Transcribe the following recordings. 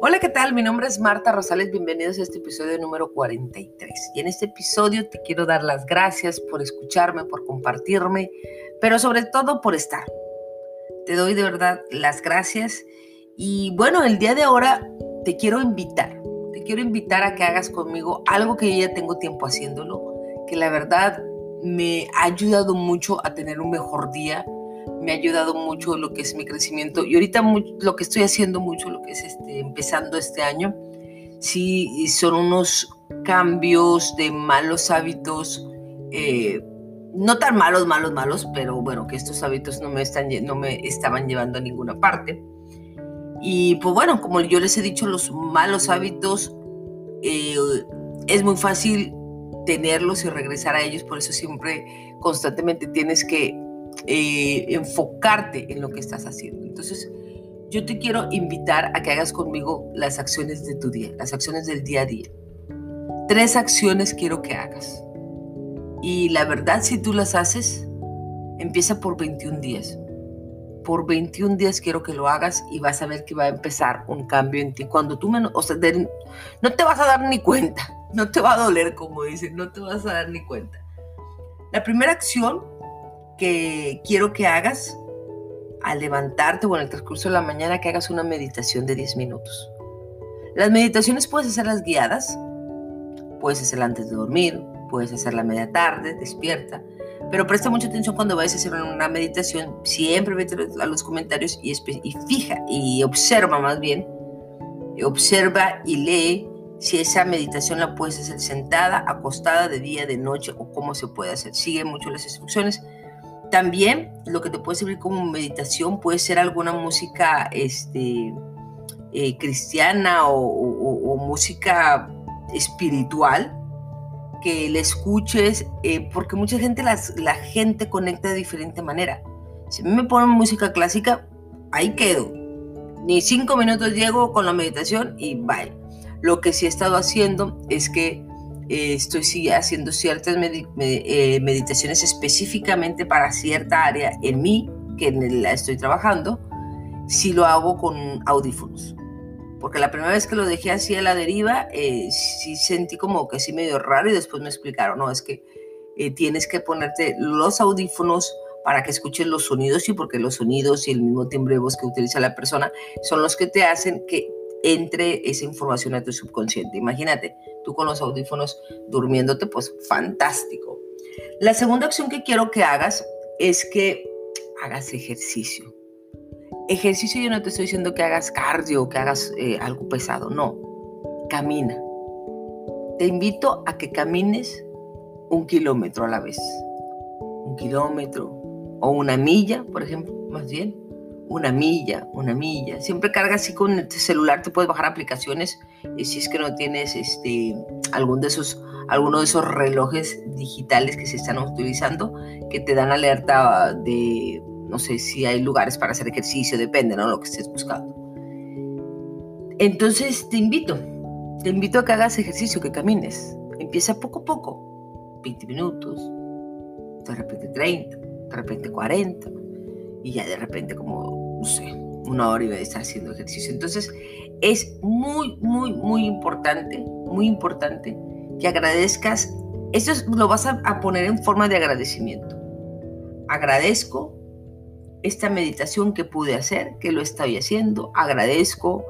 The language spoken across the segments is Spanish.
Hola, ¿qué tal? Mi nombre es Marta Rosales, bienvenidos a este episodio número 43. Y en este episodio te quiero dar las gracias por escucharme, por compartirme, pero sobre todo por estar. Te doy de verdad las gracias. Y bueno, el día de ahora te quiero invitar a que hagas conmigo algo que yo ya tengo tiempo haciéndolo, que la verdad me ha ayudado mucho a tener un mejor día. Me ha ayudado mucho lo que es mi crecimiento y ahorita lo que estoy haciendo mucho, lo que es empezando este año, sí son unos cambios de malos hábitos, no tan malos, pero bueno, que estos hábitos no me estaban llevando a ninguna parte. Y pues bueno, como yo les he dicho, los malos hábitos es muy fácil tenerlos y regresar a ellos, por eso siempre constantemente tienes que enfocarte en lo que estás haciendo. Entonces, yo te quiero invitar a que hagas conmigo las acciones de tu día, las acciones del día a día. 3 acciones quiero que hagas. Y la verdad, si tú las haces, empieza por 21 días. Por 21 días quiero que lo hagas y vas a ver que va a empezar un cambio en ti. Cuando tú no te vas a dar ni cuenta, no te va a doler, como dicen, no te vas a dar ni cuenta. La primera acción que quiero que hagas al levantarte o en el transcurso de la mañana, que hagas una meditación de 10 minutos. Las meditaciones puedes hacerlas guiadas, puedes hacerla antes de dormir, puedes hacerla a media tarde, despierta, pero presta mucha atención cuando vayas a hacer una meditación. Siempre vete a los comentarios y fija y observa más bien, observa y lee si esa meditación la puedes hacer sentada, acostada, de día, de noche o cómo se puede hacer. Sigue mucho las instrucciones. También lo que te puede servir como meditación puede ser alguna música cristiana o música espiritual que le escuches, porque mucha gente la gente conecta de diferente manera. Si a mí me ponen música clásica, ahí quedo. Ni 5 minutos llego con la meditación y bye. Lo que sí he estado haciendo es que estoy haciendo ciertas meditaciones específicamente para cierta área en mí, que la estoy trabajando, si lo hago con audífonos. Porque la primera vez que lo dejé así a la deriva, sí sentí como que sí medio raro y después me explicaron, no, es que tienes que ponerte los audífonos para que escuches los sonidos, y porque los sonidos y el mismo timbre de voz que utiliza la persona son los que te hacen que entre esa información a tu subconsciente. Imagínate, tú con los audífonos durmiéndote, pues fantástico. La segunda acción que quiero que hagas es que hagas ejercicio. Ejercicio, yo no te estoy diciendo que hagas cardio o que hagas algo pesado, no. Camina. Te invito a que camines 1 kilómetro a la vez. 1 kilómetro o 1 milla, por ejemplo, más bien. 1 milla. Siempre carga así con el celular, te puedes bajar aplicaciones si es que no tienes alguno de esos relojes digitales que se están utilizando, que te dan alerta de, no sé si hay lugares para hacer ejercicio, depende, ¿no? Lo que estés buscando. Entonces te invito a que hagas ejercicio, que camines. Empieza poco a poco, 20 minutos, de repente 30, de repente 40, y ya de repente como, no sé, 1 hora y va a estar haciendo ejercicio. Entonces es muy, muy, muy importante que agradezcas. Esto lo vas a poner en forma de agradecimiento. Agradezco esta meditación que pude hacer, que lo estoy haciendo. Agradezco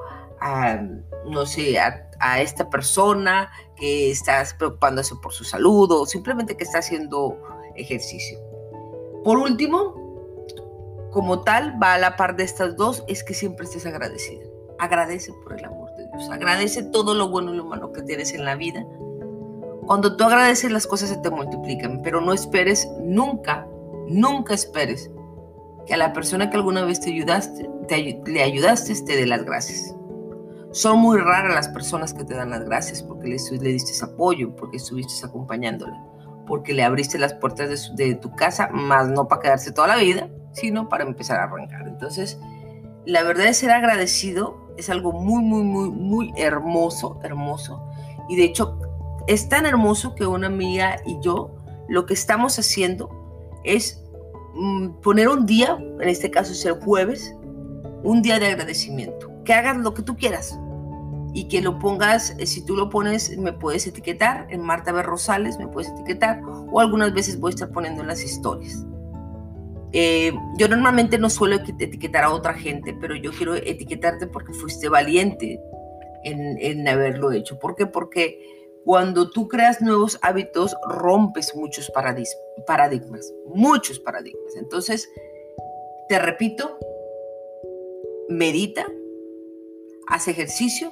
a esta persona que está preocupándose por su salud o simplemente que está haciendo ejercicio. Por último, como tal, va a la par de estas dos, es que siempre estés agradecida. Agradece por el amor de Dios. Agradece todo lo bueno y lo malo que tienes en la vida. Cuando tú agradeces, las cosas se te multiplican, pero no esperes, nunca esperes que a la persona que alguna vez le ayudaste te dé las gracias. Son muy raras las personas que te dan las gracias porque le diste apoyo, porque estuviste acompañándola, porque le abriste las puertas de tu casa, más no para quedarse toda la vida, sino para empezar a arrancar. Entonces, la verdad es ser agradecido es algo muy, muy, muy, muy hermoso. Y de hecho, es tan hermoso que una amiga y yo lo que estamos haciendo es poner un día, en este caso es el jueves, un día de agradecimiento. Que hagas lo que tú quieras. y que lo pongas, si tú lo pones, me puedes etiquetar en Marta B. Rosales, me puedes etiquetar, o algunas veces voy a estar poniendo en las historias. Yo normalmente no suelo etiquetar a otra gente, pero yo quiero etiquetarte porque fuiste valiente en haberlo hecho. ¿Por qué? Porque cuando tú creas nuevos hábitos, rompes muchos paradigmas. Entonces, te repito, medita, haz ejercicio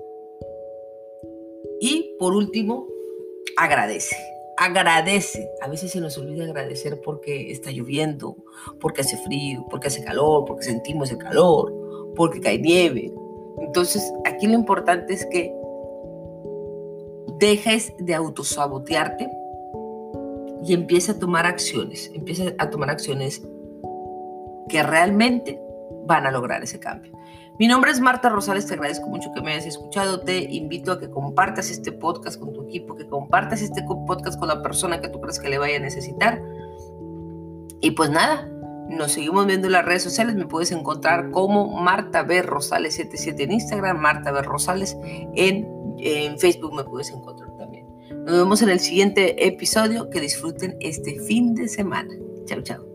y, por último, agradece. A veces se nos olvida agradecer porque está lloviendo, porque hace frío, porque hace calor, porque sentimos el calor, porque cae nieve. Entonces, aquí lo importante es que dejes de autosabotearte y empieza a tomar acciones. Empieza a tomar acciones que realmente van a lograr ese cambio. Mi nombre es Marta Rosales, te agradezco mucho que me hayas escuchado, te invito a que compartas este podcast con tu equipo, que compartas este podcast con la persona que tú crees que le vaya a necesitar. Y pues nada, nos seguimos viendo en las redes sociales, me puedes encontrar como Marta B. Rosales 77 en Instagram, Marta B. Rosales en Facebook me puedes encontrar también. Nos vemos en el siguiente episodio, que disfruten este fin de semana. Chao, chao.